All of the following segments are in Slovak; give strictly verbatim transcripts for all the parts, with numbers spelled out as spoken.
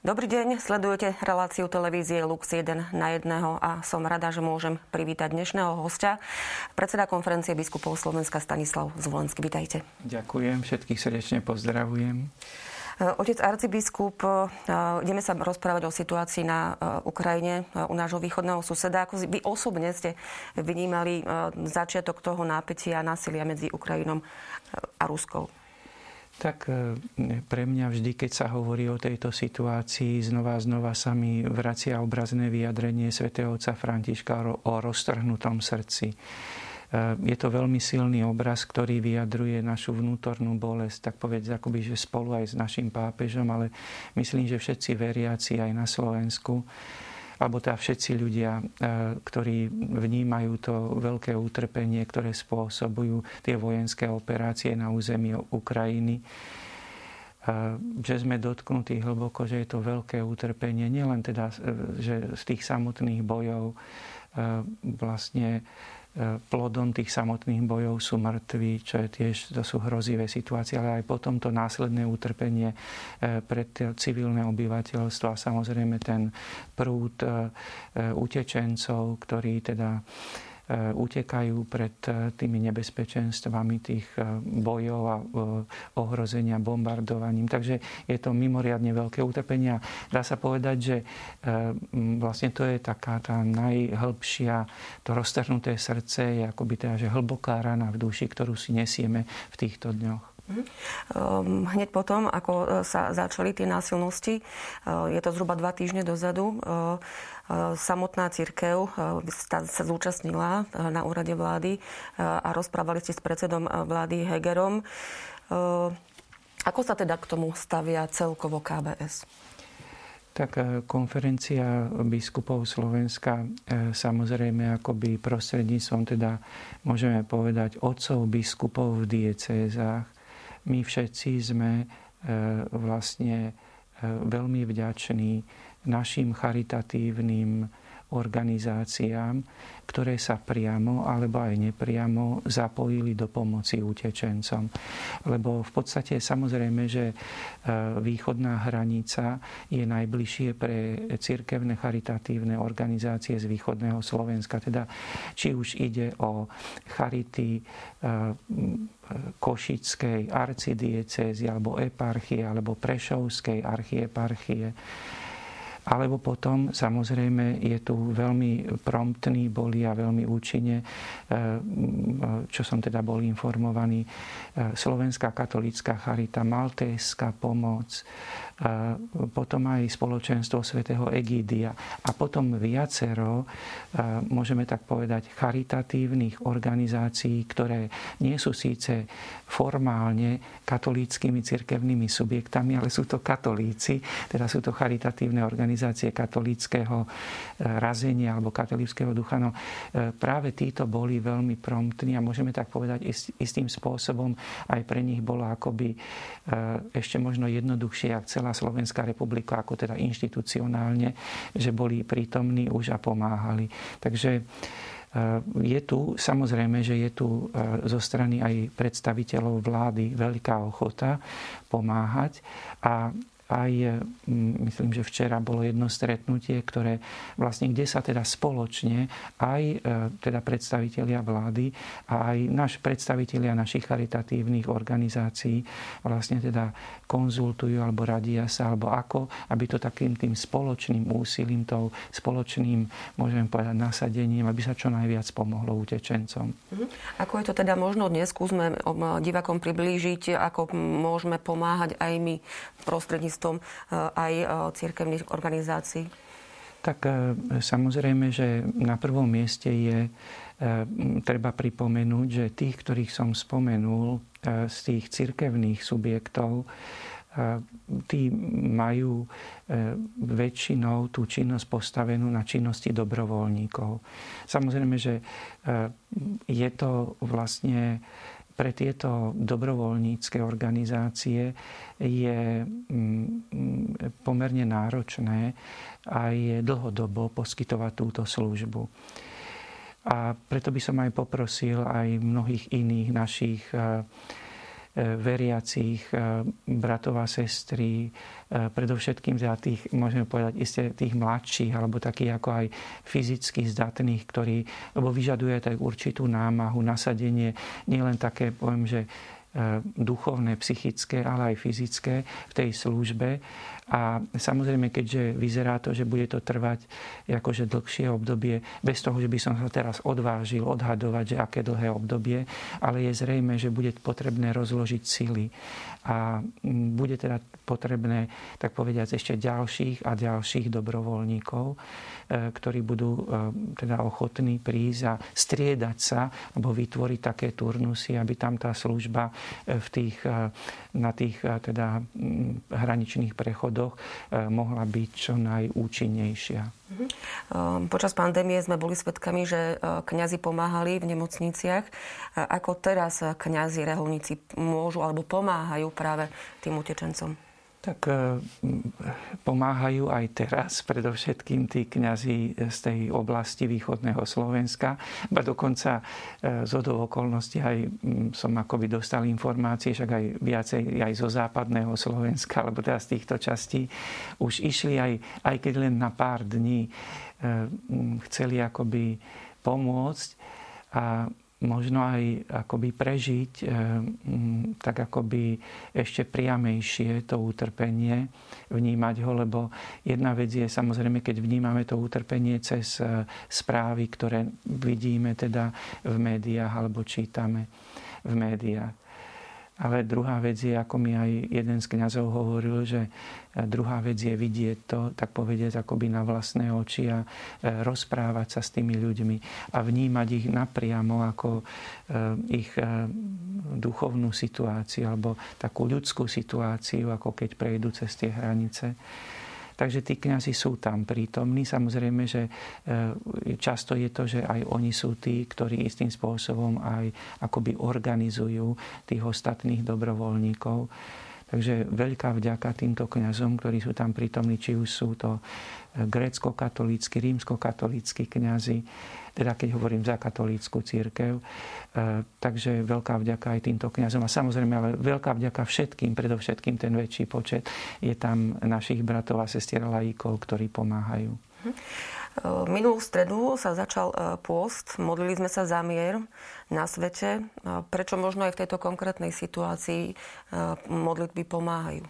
Dobrý deň, sledujete reláciu televízie Lux jeden na jedného a som rada, že môžem privítať dnešného hostia, predseda konferencie biskupov Slovenska Stanislav Zvolenský. Vitajte. Ďakujem, všetkých srdečne pozdravujem. Otec arcibiskup, ideme sa rozprávať o situácii na Ukrajine, u nášho východného suseda. Ako vy osobne ste vnímali začiatok toho nápätia a násilia medzi Ukrajinou a Ruskou? Tak pre mňa vždy, keď sa hovorí o tejto situácii, znova a znova sa mi vracia obrazné vyjadrenie svätého otca Františka o roztrhnutom srdci. Je to veľmi silný obraz, ktorý vyjadruje našu vnútornú bolesť, tak povedz akoby, že spolu aj s našim pápežom, ale myslím, že všetci veriaci aj na Slovensku, alebo teda všetci ľudia, ktorí vnímajú to veľké utrpenie, ktoré spôsobujú tie vojenské operácie na území Ukrajiny, že sme dotknutí hlboko, že je to veľké utrpenie, nielen teda, že z tých samotných bojov vlastne plodom tých samotných bojov sú mŕtvi, čo je tiež, to sú hrozivé situácie, ale aj potom to následné utrpenie pre civilné obyvateľstvo a samozrejme ten prúd utečencov, ktorí teda utekajú pred tými nebezpečenstvami tých bojov a ohrozenia bombardovaním. Takže je to mimoriadne veľké utrpenie. Dá sa povedať, že vlastne to je taká tá najhlbšia, to roztrhnuté srdce je akoby teda, že hlboká rana v duši, ktorú si nesieme v týchto dňoch. Hneď potom, ako sa začali tie násilnosti, je to zhruba dva týždne dozadu, samotná cirkev sa zúčastnila na úrade vlády a rozprávali ste s predsedom vlády Hegerom. Ako sa teda k tomu stavia celkovo ká bé es? Tak konferencia biskupov Slovenska samozrejme akoby prostredníctvom teda môžeme povedať otcov biskupov v diecézach. My všetci sme vlastne veľmi vďační našim charitatívnym organizáciám, ktoré sa priamo alebo aj nepriamo zapojili do pomoci utečencom. Lebo v podstate samozrejme, že východná hranica je najbližšie pre cirkevné charitatívne organizácie z východného Slovenska. Teda či už ide o charity Košickej arcidiecézy alebo eparchie alebo Prešovskej archieparchie. Alebo potom, samozrejme, je tu veľmi promptný boli a veľmi účinne, čo som teda bol informovaný, Slovenská katolícka charita, Maltéska pomoc, potom aj spoločenstvo svätého Egídia a potom viacero, môžeme tak povedať, charitatívnych organizácií, ktoré nie sú síce formálne katolíckymi cirkevnými subjektami, ale sú to katolíci, teda sú to charitatívne organizácie katolíckeho razenia alebo katolíckeho ducha. No, práve títo boli veľmi promptní a môžeme tak povedať istým spôsobom aj pre nich bolo akoby ešte možno jednoduchšie, ak celá Slovenská republika, ako teda inštitucionálne, že boli prítomní už a pomáhali. Takže je tu, samozrejme, že je tu zo strany aj predstaviteľov vlády veľká ochota pomáhať a aj, myslím, že včera bolo jedno stretnutie, ktoré vlastne, kde sa teda spoločne aj teda predstavitelia vlády a aj naši predstavitelia našich charitatívnych organizácií vlastne teda konzultujú alebo radia sa, alebo ako, aby to takým tým spoločným úsilím, tou spoločným, môžeme povedať, nasadením, aby sa čo najviac pomohlo utečencom. Ako je to teda možno dnes? Skúsme divákom priblížiť, ako môžeme pomáhať aj my prostredníctvom aj cirkevných organizácií? Tak samozrejme, že na prvom mieste je treba pripomenúť, že tých, ktorých som spomenul z tých cirkevných subjektov, tí majú väčšinou tú činnosť postavenú na činnosti dobrovoľníkov. Samozrejme, že je to vlastne pre tieto dobrovoľnícke organizácie je pomerne náročné aj dlhodobo poskytovať túto službu. A preto by som aj poprosil aj mnohých iných našich veriacich bratov a sestry, predovšetkým za tých, môžeme povedať, isté tých mladších, alebo takých ako aj fyzicky zdatných, ktorí, lebo vyžaduje tak určitú námahu, nasadenie, nielen také, poviem, že duchovné, psychické, ale aj fyzické v tej službe. A samozrejme, keďže vyzerá to, že bude to trvať akože dlhšie obdobie, bez toho, že by som sa teraz odvážil odhadovať, že aké dlhé obdobie, ale je zrejme, že bude potrebné rozložiť sily. A bude teda potrebné, tak povediať, ešte ďalších a ďalších dobrovoľníkov, ktorí budú teda ochotní prísť a striedať sa, alebo vytvoriť také turnusy, aby tam tá služba v tých, na tých teda hraničných prechodoch mohla byť čo najúčinnejšia. Počas pandémie sme boli svedkami, že kňazi pomáhali v nemocniciach. Ako teraz kňazi, reholníci môžu alebo pomáhajú práve tým utečencom? Tak pomáhajú aj teraz, predovšetkým tí kňazi z tej oblasti východného Slovenska. Ba dokonca z hodou okolností aj som akoby dostal informácie, však aj viacej aj zo západného Slovenska, alebo teda z týchto častí, už išli aj, aj keď len na pár dní chceli akoby pomôcť a možno aj akoby prežiť e, tak akoby ešte priamejšie to utrpenie, vnímať ho, lebo jedna vec je samozrejme, keď vnímame to utrpenie cez správy, ktoré vidíme teda v médiách alebo čítame v médiách. Ale druhá vec je, ako mi aj jeden z kňazov hovoril, že druhá vec je vidieť to, tak povedať, akoby na vlastné oči a rozprávať sa s tými ľuďmi a vnímať ich napriamo ako ich duchovnú situáciu alebo takú ľudskú situáciu, ako keď prejdú cez tie hranice. Takže tí kňazi sú tam prítomní. Samozrejme, že často je to, že aj oni sú tí, ktorí istým spôsobom aj akoby organizujú tých ostatných dobrovoľníkov. Takže veľká vďaka týmto kňazom, ktorí sú tam prítomní, či už sú to grécko-katolícky, rímsko-katolícky kňazi, teda keď hovorím za katolícku cirkev. Takže veľká vďaka aj týmto kňazom. A samozrejme, ale veľká vďaka všetkým, predovšetkým ten väčší počet, je tam našich bratov a sestier laikov, ktorí pomáhajú. Minulú stredu sa začal pôst, modlili sme sa za mier na svete. Prečo možno aj v tejto konkrétnej situácii modlitby pomáhajú?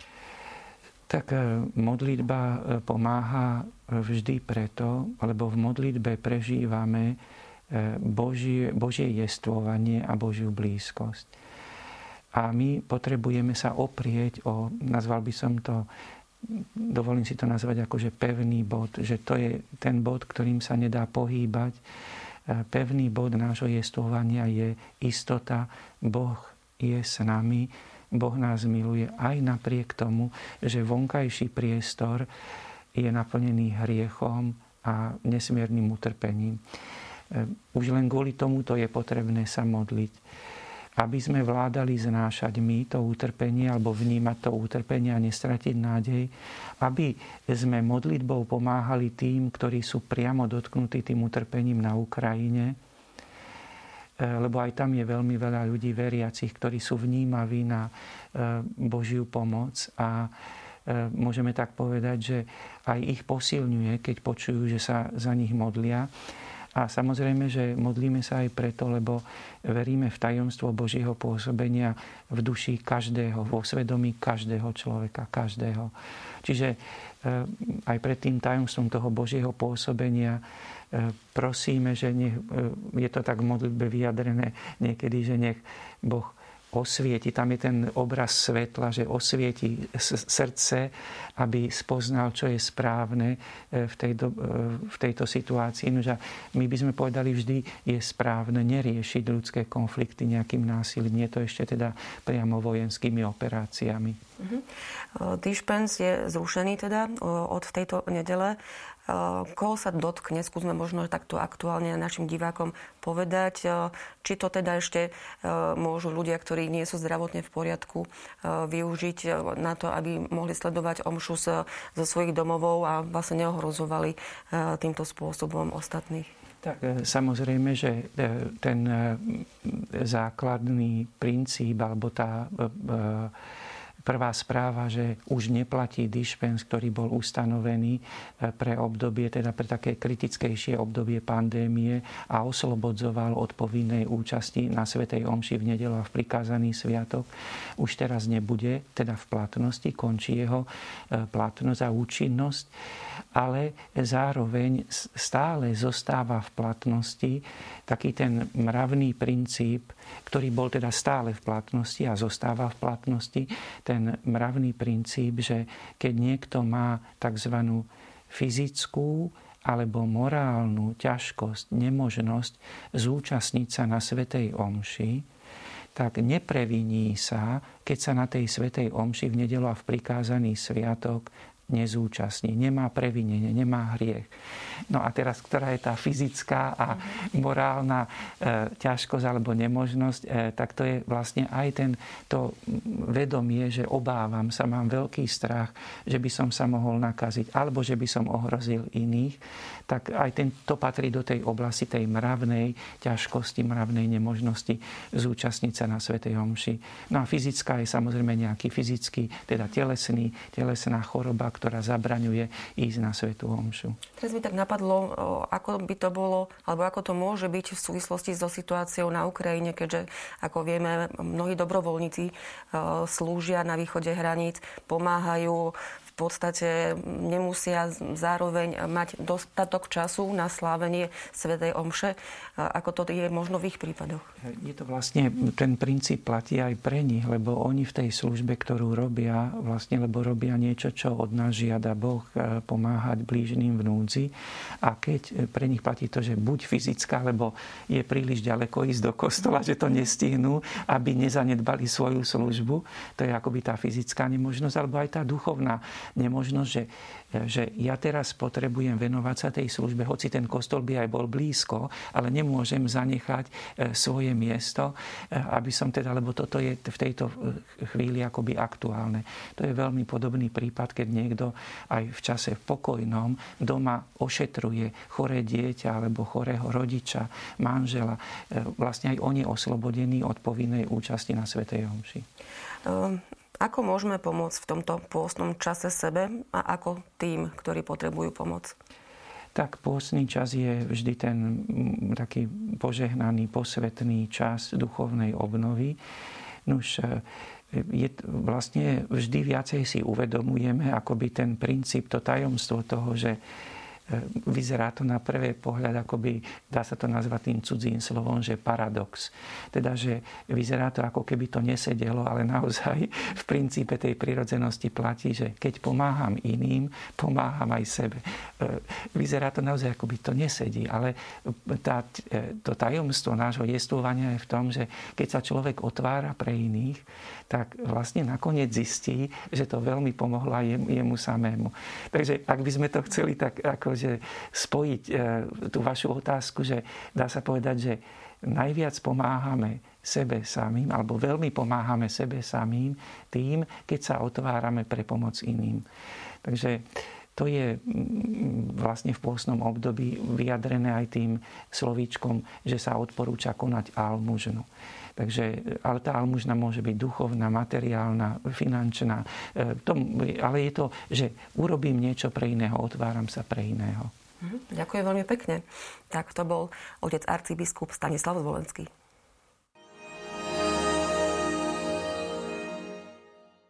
Tak modlitba pomáha vždy preto, lebo v modlitbe prežívame Božie, Božie jestvovanie a Božiu blízkosť. A my potrebujeme sa oprieť o, nazval by som to, dovolím si to nazvať akože pevný bod, že to je ten bod, ktorým sa nedá pohýbať. Pevný bod nášho jestvovania je istota, Boh je s nami, Boh nás miluje aj napriek tomu, že vonkajší priestor je naplnený hriechom a nesmiernym utrpením. Už len kvôli tomuto je potrebné sa modliť. Aby sme vládali znášať my to utrpenie alebo vnímať to utrpenie a nestratiť nádej. Aby sme modlitbou pomáhali tým, ktorí sú priamo dotknutí tým utrpením na Ukrajine. Lebo aj tam je veľmi veľa ľudí veriacich, ktorí sú vnímaví na Božiu pomoc a môžeme tak povedať, že aj ich posilňuje, keď počujú, že sa za nich modlia. A samozrejme, že modlíme sa aj preto, lebo veríme v tajomstvo Božieho pôsobenia v duši každého, vo svedomí každého človeka, každého. Čiže aj pred tým tajomstvom toho Božieho pôsobenia prosíme, že nech, je to tak v modlitbe vyjadrené niekedy, že nech Boh osvieti, tam je ten obraz svetla, že osvieti srdce, aby spoznal, čo je správne v, tej, v tejto situácii. Nože my by sme povedali vždy, je správne neriešiť ľudské konflikty nejakým násilím. Nie to ešte teda priamo vojenskými operáciami. Uh-huh. Dispens je zrušený teda od tejto nedele. Koho sa dotkne, skúsme možno takto aktuálne našim divákom povedať, či to teda ešte môžu ľudia, ktorí nie sú zdravotne v poriadku, využiť na to, aby mohli sledovať omšu zo svojich domovov a vlastne neohrozovali týmto spôsobom ostatných. Tak samozrejme, že ten základný princíp alebo tá prvá správa, že už neplatí dispens, ktorý bol ustanovený pre obdobie, teda pre také kritickejšie obdobie pandémie a oslobodzoval od povinnej účasti na svätej omši v nedeľu a v prikázaný sviatok, už teraz nebude teda v platnosti, končí jeho platnosť a účinnosť, ale zároveň stále zostáva v platnosti taký ten mravný princíp, ktorý bol teda stále v platnosti a zostáva v platnosti, ten mravný princíp, že keď niekto má tzv. Fyzickú alebo morálnu ťažkosť, nemožnosť zúčastniť sa na svätej omši, tak nepreviní sa, keď sa na tej svätej omši v nedeľu a v prikázaný sviatok nezúčastní. Nemá previnenie, nemá hriech. No a teraz, ktorá je tá fyzická a morálna e, ťažkosť alebo nemožnosť, e, tak to je vlastne aj ten, to vedomie, že obávam sa, mám veľký strach, že by som sa mohol nakaziť, alebo že by som ohrozil iných, tak aj ten, to patrí do tej oblasti tej mravnej ťažkosti, mravnej nemožnosti zúčastniť sa na svätej omši. No a fyzická je samozrejme nejaký fyzický, teda telesný, telesná choroba, ktorá zabraňuje ísť na svätú omšu. Teraz mi tak napadlo, ako by to bolo, alebo ako to môže byť v súvislosti so situáciou na Ukrajine, keďže, ako vieme, mnohí dobrovoľníci slúžia na východe hraníc, pomáhajú, v podstate nemusia zároveň mať dostatok času na slávenie svätej omše, ako to je možno v ich prípadoch. Je to vlastne, ten princíp platí aj pre nich, lebo oni v tej službe, ktorú robia, vlastne, lebo robia niečo, čo od nás žiada Boh, pomáhať blížnym v núdzi. A keď pre nich platí to, že buď fyzická, lebo je príliš ďaleko ísť do kostola, že to nestihnú, aby nezanedbali svoju službu, to je akoby tá fyzická nemožnosť, alebo aj tá duchovná nemožnosť, že, že ja teraz potrebujem venovať sa tej službe, hoci ten kostol by aj bol blízko, ale nemôžem zanechať svoje miesto, aby som teda, lebo toto je v tejto chvíli akoby aktuálne. To je veľmi podobný prípad, keď niekto aj v čase pokojnom doma ošetruje choré dieťa alebo chorého rodiča, manžela. Vlastne aj on je oslobodený od povinnej účasti na svätej omši. Um. Ako môžeme pomôcť v tomto pôstnom čase sebe a ako tým, ktorí potrebujú pomoc? Tak pôstny čas je vždy ten taký požehnaný, posvetný čas duchovnej obnovy. Nuž, je, vlastne vždy viacej si uvedomujeme akoby ten princíp, to tajomstvo toho, že vyzerá to na prvý pohľad, akoby, dá sa to nazvať tým cudzím slovom, že paradox. Teda, že vyzerá to, ako keby to nesedelo, ale naozaj v princípe tej prirodzenosti platí, že keď pomáham iným, pomáham aj sebe. Vyzerá to naozaj, ako by to nesedí, ale tá, to tajomstvo nášho jestvovania je v tom, že keď sa človek otvára pre iných, tak vlastne nakoniec zistí, že to veľmi pomohlo aj jemu, jemu samému. Takže ak by sme to chceli tak akože spojiť e, tú vašu otázku, že dá sa povedať, že najviac pomáhame sebe samým, alebo veľmi pomáhame sebe samým tým, keď sa otvárame pre pomoc iným. Takže to je vlastne v pôstnom období vyjadrené aj tým slovíčkom, že sa odporúča konať almužnu. Takže, ale tá almužna môže byť duchovná, materiálna, finančná. To, ale je to, že urobím niečo pre iného, otváram sa pre iného. Ďakujem veľmi pekne. Tak to bol otec arcibiskup Stanislav Zvolenský.